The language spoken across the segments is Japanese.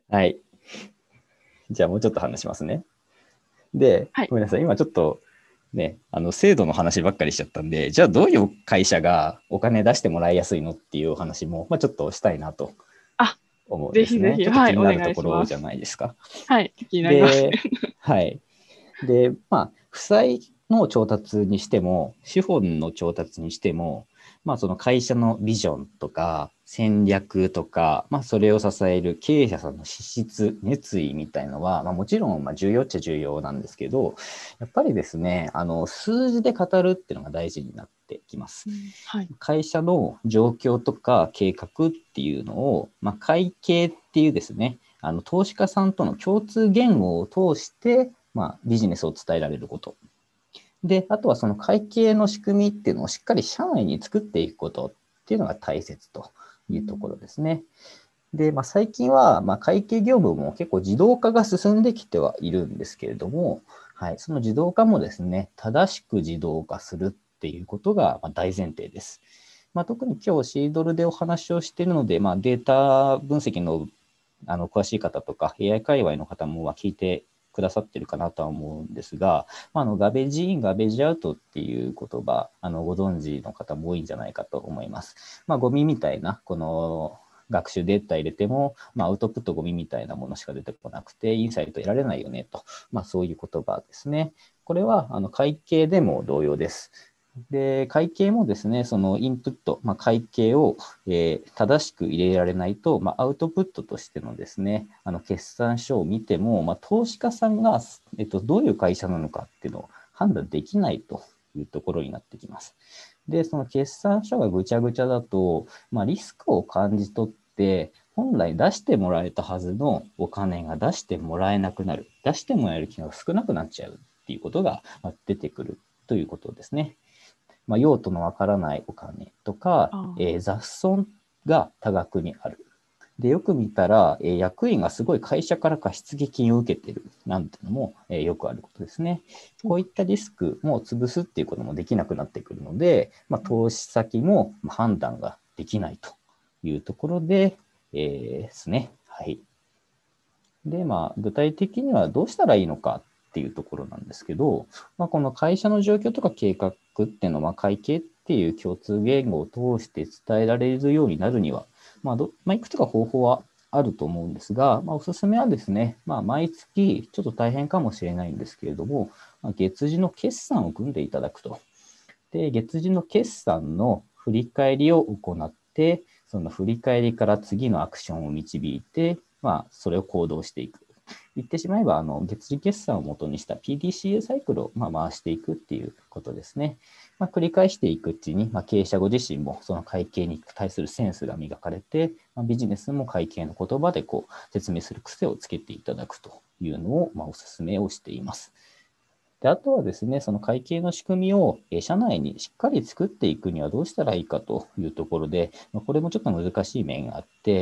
はい。じゃあもうちょっと話しますね。で、 はい。 ごめんなさい。今ちょっとね、制度の話ばっかりしちゃったんで、じゃあどういう会社がお金出してもらいやすいのっていうお話も、ちょっとしたいなとあ、 思うんですね。 ぜひぜひ、 ちょっとはい、お気になると願いします。 ころじゃないですか。 はい、気になりますで、 ね。 はい。で、負債の調達にしても、資本の調達にしても、その会社のビジョンとか戦略とか、それを支える経営者さんの資質、熱意みたいのは、もちろん重要っちゃ重要なんですけど、やっぱりですね、数字で語るっていうのが大事になってきます。 うん、はい。 会社の状況とか計画っていうのを、会計っていうですね、投資家さんとの共通言語を通して、ビジネスを伝えられること。で、あとはその会計の仕組みっていうのをしっかり社内に作っていくことっていうのが大切というところですね。で、最近は、会計業務も結構自動化が進んできてはいるんですけれども、はい、その自動化もですね、正しく自動化するっていうことが大前提です。特に今日シードルでお話をしているので、データ分析の詳しい方とか AI 界隈の方も聞いてくださってるかなとは思うんですが、ガベージイン、ガベージアウトっていう言葉、ご存知の方も多いんじゃないかと思います。ゴミみたいな、この学習データ入れても、アウトプットゴミみたいなものしか出てこなくて、インサイト得られないよねと、そういう言葉ですね。これは会計でも同様です。で、会計もですね、そのインプット、会計を、正しく入れられないと、アウトプットとしてのですね、決算書を見ても、投資家さんが、どういう会社なのかっていうのを判断できないというところになってきます。で、その決算書がぐちゃぐちゃだと、リスクを感じ取って、本来出してもらえたはずのお金が出してもらえなくなる。出してもらえる金額が少なくなっちゃうっていうことが出てくるということですね。用途のわからないお金とか、 あ雑損が多額にある。で、よく見たら、役員がすごい会社から貸付金を受けてるなんていうのも、よくあることですね。こういったリスクも潰すっていうこともできなくなってくるので、投資先も判断ができないというところで、ですね。はい。で、具体的にはどうしたらいいのかっていうところなんですけど、この会社の状況とか計画っていうのは、会計っていう共通言語を通して伝えられるようになるには、いくつか方法はあると思うんですが、おすすめはですね、毎月ちょっと大変かもしれないんですけれども、月次の決算を組んでいただくと。で、月次の決算の振り返りを行って、その振り返りから次のアクションを導いて、それを行動していく。言ってしまえば、月次決算を元にした PDCA サイクルを回していくっていうことですね。繰り返していくうちに、経営者ご自身もその会計に対するセンスが磨かれて、ビジネスも会計の言葉でこう説明する癖をつけていただくというのを、お勧めをしています。で、あとはですね、その会計の仕組みを社内にしっかり作っていくにはどうしたらいいかというところで、これもちょっと難しい面があって、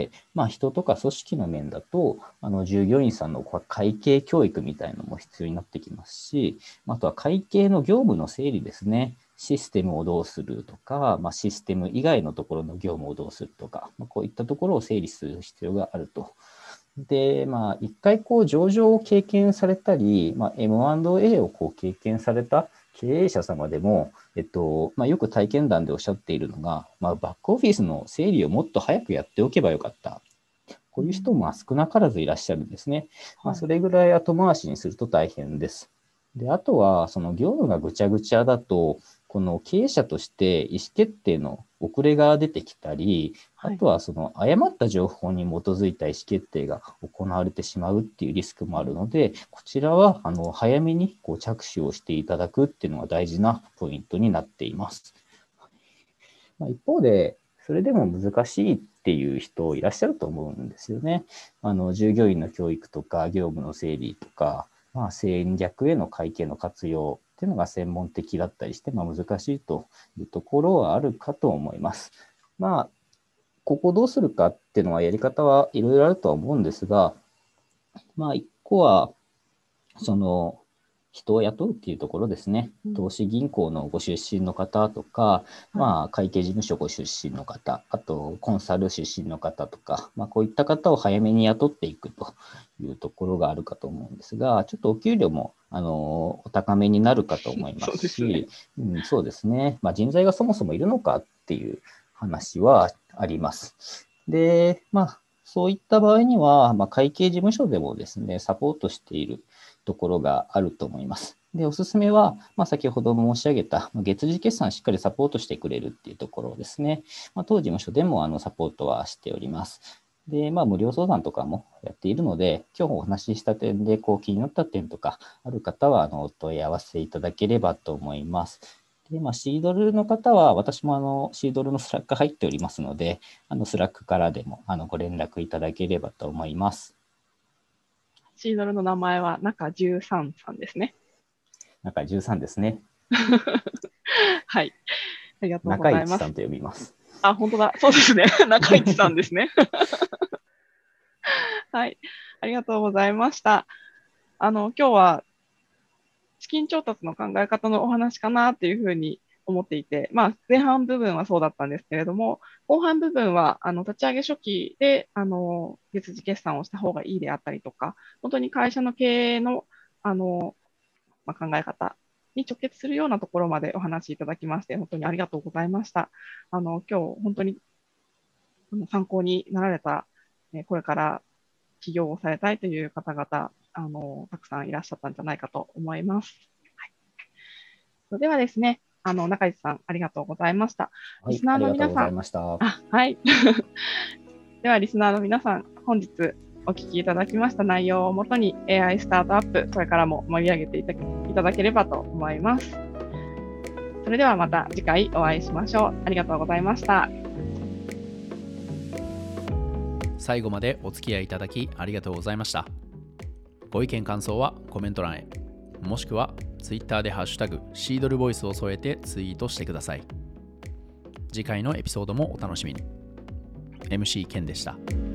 人とか組織の面だと、従業員さんの会計教育みたいなのも必要になってきますし、あとは会計の業務の整理ですね。システムをどうするとか、システム以外のところの業務をどうするとか、こういったところを整理する必要があると。で、一回こう上場を経験されたり、M&A をこう経験された経営者様でも、よく体験談でおっしゃっているのが、バックオフィスの整理をもっと早くやっておけばよかった。こういう人も少なからずいらっしゃるんですね。 はい。 それぐらい後回しにすると大変です。で、あとは、その業務がぐちゃぐちゃだと、この経営者として意思決定の遅れが出てきたり、あはい。 とはその誤った情報に基づいた意思決定が行われてしまうっていうリスクもあるので、こちらは早めにこう着手をしていただくっていうのが大事なポイントになっています。一方で、それでも難しいっていう人いらっしゃると思うんですよね。従業員の教育とか業務の整理とか、戦略への会計の活用っていうのが専門的だったりして、難しいというところはあるかと思います。ここどうするかっていうのはやり方はいろいろあるとは思うんですが、一個は、その、 人を雇うっていうところですね。投資銀行のご出身の方とか、会計事務所ご出身の方、あとコンサル出身の方とか、こういった方を早めに雇っていくというところがあるかと思うんですが、ちょっとお給料もお高めになるかと思いますし、そうですね。人材がそもそもいるのかっていう話はあります。で、そういった場合には、会計事務所でもですね、サポートしているところがあると思います。で、おすすめは、先ほど申し上げた、月次決算しっかりサポートしてくれるっていうところですね。当事務所でもサポートはしております。で、無料相談とかもやっているので、今日お話しした点で気になった点とかある方は、お問い合わせいただければと思います。で、シードルの方は、私もシードルのスラック入っておりますので、スラックからでもご連絡いただければと思います。 シードルの名前は中13さんですね。 中13ですね。 はい。ありがとうございます。 中市さんと呼びます。 あ、本当だ。そうですね。中市さんですね。はい。ありがとうございました。今日は資金調達の考え方のお話かなっていうふうに思っていて、前半部分はそうだったんですけれども、後半部分は立ち上げ初期で月次決算をした方がいいであったりとか、本当に会社の経営の考え方に直結するようなところまでお話しいただきまして、本当にありがとうございました。今日本当に参考になられた、これから起業をされたいという方々、たくさんいらっしゃったんじゃないかと思います。はい、それではですね、中市さん、ありがとうございました。 はい、リスナーの皆さん、 はい。では、リスナーの皆さん、本日お聞きいただきました内容をもとに AI スタートアップ、これからも盛り上げていただければと思います。それではまた次回お会いしましょう。ありがとうございました。 最後までお付き合いいただきありがとうございました。ご意見感想はコメント欄へ、もしくは Twitter でハッシュタグシードルボイスを添えてツイートしてください。次回のエピソードもお楽しみに。MC ケンでした。